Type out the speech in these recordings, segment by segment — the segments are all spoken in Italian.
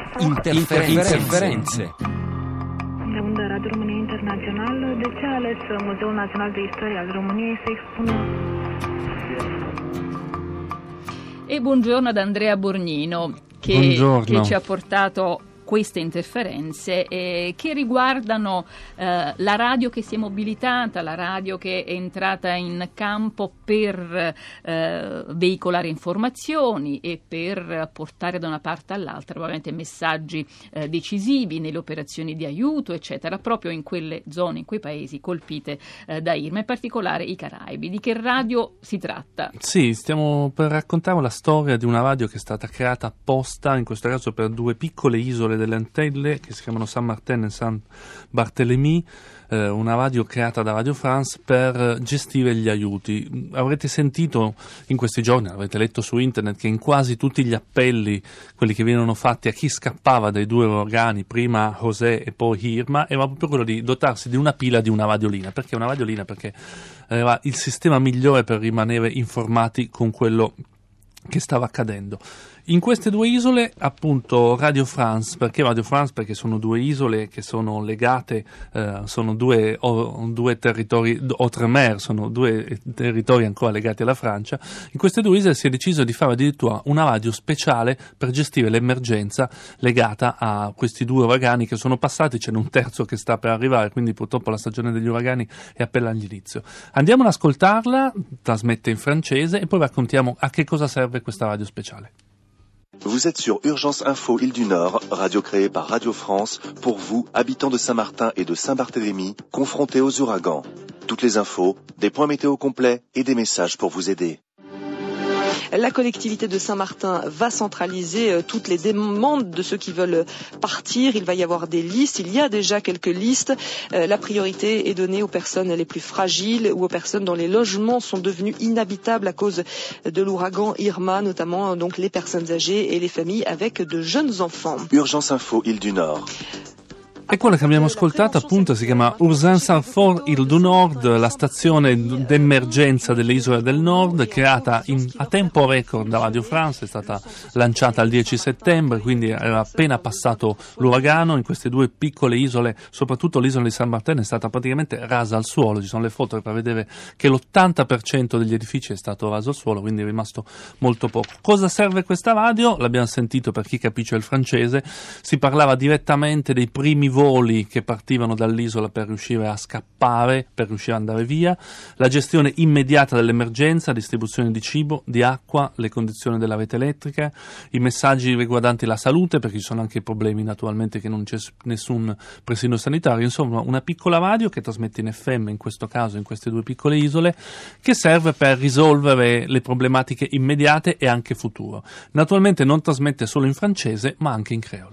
Interferențe. De unde Radio România Internațională, de ce a ales Muzeul Național de Istorie al României să expună? E buongiorno ad Andrea Borgnino che ci ha portato queste interferenze che riguardano la radio che si è mobilitata, la radio che è entrata in campo per veicolare informazioni e per portare da una parte all'altra probabilmente messaggi decisivi nelle operazioni di aiuto, eccetera, proprio in quelle zone, in quei paesi colpite da Irma, in particolare i Caraibi. Di che radio si tratta? Sì, stiamo per raccontare la storia di una radio che è stata creata apposta, in questo caso per due piccole isole delle Antille che si chiamano Saint Martin e Saint Barthélemy, una radio creata da Radio France per gestire gli aiuti. Avrete sentito in questi giorni, avrete letto su internet, che in quasi tutti gli appelli, quelli che venivano fatti a chi scappava dai due uragani, prima José e poi Irma, era proprio quello di dotarsi di una pila di una radiolina. Perché una radiolina? Perché era il sistema migliore per rimanere informati con quello che stava accadendo. In queste due isole, appunto, Radio France. Perché Radio France? Perché sono due isole che sono legate, sono due territori, Outremer, sono due territori ancora legati alla Francia. In queste due isole si è deciso di fare addirittura una radio speciale per gestire l'emergenza legata a questi due uragani che sono passati, ce n'è un terzo che sta per arrivare, quindi purtroppo la stagione degli uragani è appena all'inizio. Andiamo ad ascoltarla, trasmette in francese, e poi raccontiamo a che cosa serve questa radio speciale. Vous êtes sur Urgence Info Île du Nord, radio créée par Radio France, pour vous, habitants de Saint-Martin et de Saint-Barthélemy, confrontés aux ouragans. Toutes les infos, des points météo complets et des messages pour vous aider. La collectivité de Saint-Martin va centraliser toutes les demandes de ceux qui veulent partir. Il va y avoir des listes. Il y a déjà quelques listes. La priorité est donnée aux personnes les plus fragiles ou aux personnes dont les logements sont devenus inhabitables à cause de l'ouragan Irma, notamment donc les personnes âgées et les familles avec de jeunes enfants. Urgence Info Île du Nord. E quella che abbiamo ascoltato appunto si chiama Urgence Info Île du Nord, la stazione d'emergenza delle isole del nord, creata a tempo record da Radio France, è stata lanciata il 10 settembre, quindi era appena passato l'uragano. In queste due piccole isole, soprattutto l'isola di Saint Martin, è stata praticamente rasa al suolo. Ci sono le foto per vedere che l'80% degli edifici è stato raso al suolo, quindi è rimasto molto poco. Cosa serve questa radio? L'abbiamo sentito per chi capisce il francese, si parlava direttamente dei primi voli che partivano dall'isola per riuscire a scappare, per riuscire ad andare via, la gestione immediata dell'emergenza, distribuzione di cibo, di acqua, le condizioni della rete elettrica, i messaggi riguardanti la salute, perché ci sono anche problemi naturalmente che non c'è nessun presidio sanitario. Insomma, una piccola radio che trasmette in FM, in questo caso in queste due piccole isole, che serve per risolvere le problematiche immediate e anche futuro. Naturalmente non trasmette solo in francese, ma anche in creolo.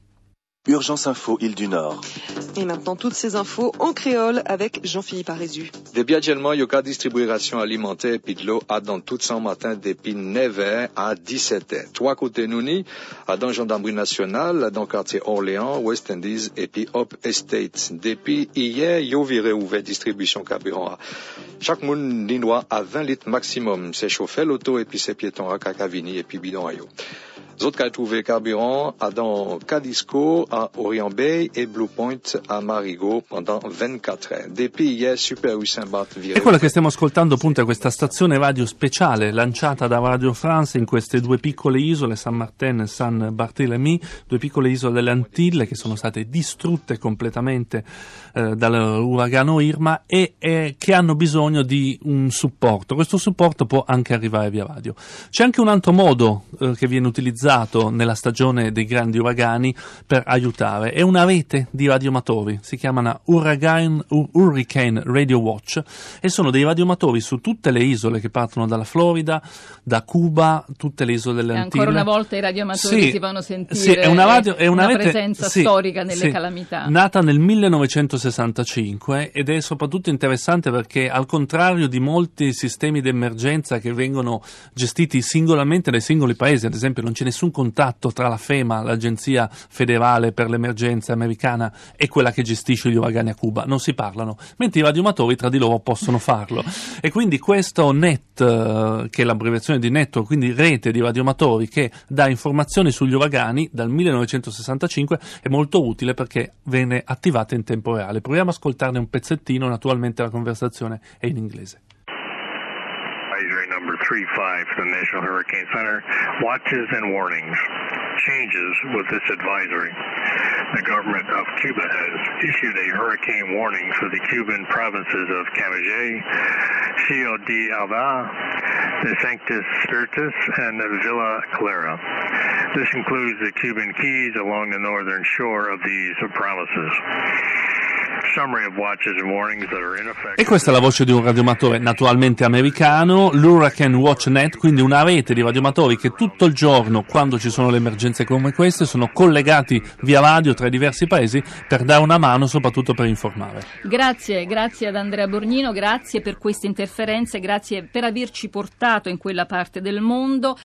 Urgence Info Île du Nord. Et maintenant, toutes ces infos en créole avec Jean-Philippe Arézu. Debiagelment, yoka distribution alimentaire et de l'eau à dans tout Saint-Martin depuis 9h à 17h. Trois côtés nouni, à dans Gendarmerie Nationale, dans quartier Orléans, West Indies et puis Hop Estate. Depuis hier, yo viré ouvert distribution carburant. Chaque monde ninois à 20 litres maximum. C'est chauffé l'auto et puis c'est piéton à Cacavini et puis bidon à yo. Les autres qui ont trouvé carburant à dans Cadisco, à Orient Bay et Blue Point à Marigot pendant 24 heures. Depuis hier, Super 800 Baht viré. E quella che stiamo ascoltando appunto è questa stazione radio speciale lanciata da Radio France in queste due piccole isole, Saint Martin e Saint Barthélemy, due piccole isole delle Antille che sono state distrutte completamente dall'uragano Irma e che hanno bisogno di un supporto. Questo supporto può anche arrivare via radio. C'è anche un altro modo che viene utilizzato nella stagione dei grandi uragani per aiutare, è una rete di radioamatori, si chiamano Hurricane Radio Watch, e sono dei radioamatori su tutte le isole che partono dalla Florida, da Cuba, tutte le isole delle Antille. Ancora una volta i radioamatori si fanno sentire, sì, è una rete, presenza storica nelle calamità. Nata nel 1965 ed è soprattutto interessante perché, al contrario di molti sistemi di emergenza che vengono gestiti singolarmente dai singoli paesi, ad esempio non c'è nessun nessun contatto tra la FEMA, l'Agenzia Federale per l'Emergenza americana, e quella che gestisce gli uragani a Cuba. Non si parlano, mentre i radioamatori tra di loro possono farlo. E quindi questo NET, che è l'abbreviazione di network, quindi rete di radioamatori che dà informazioni sugli uragani dal 1965, è molto utile perché viene attivata in tempo reale. Proviamo a ascoltarne un pezzettino, naturalmente la conversazione è in inglese. Advisory number 35 from the National Hurricane Center. Watches and warnings. Changes with this advisory. The government of Cuba has issued a hurricane warning for the Cuban provinces of Camagüey, Ciudad de Alva, the Sanctus Spiritus, and Villa Clara. This includes the Cuban Keys along the northern shore of these provinces. E questa è la voce di un radioamatore naturalmente americano, l'Hurricane Watch Net, quindi una rete di radioamatori che tutto il giorno, quando ci sono le emergenze come queste, sono collegati via radio tra i diversi paesi per dare una mano, soprattutto per informare. Grazie ad Andrea Borgnino, grazie per queste interferenze, grazie per averci portato in quella parte del mondo.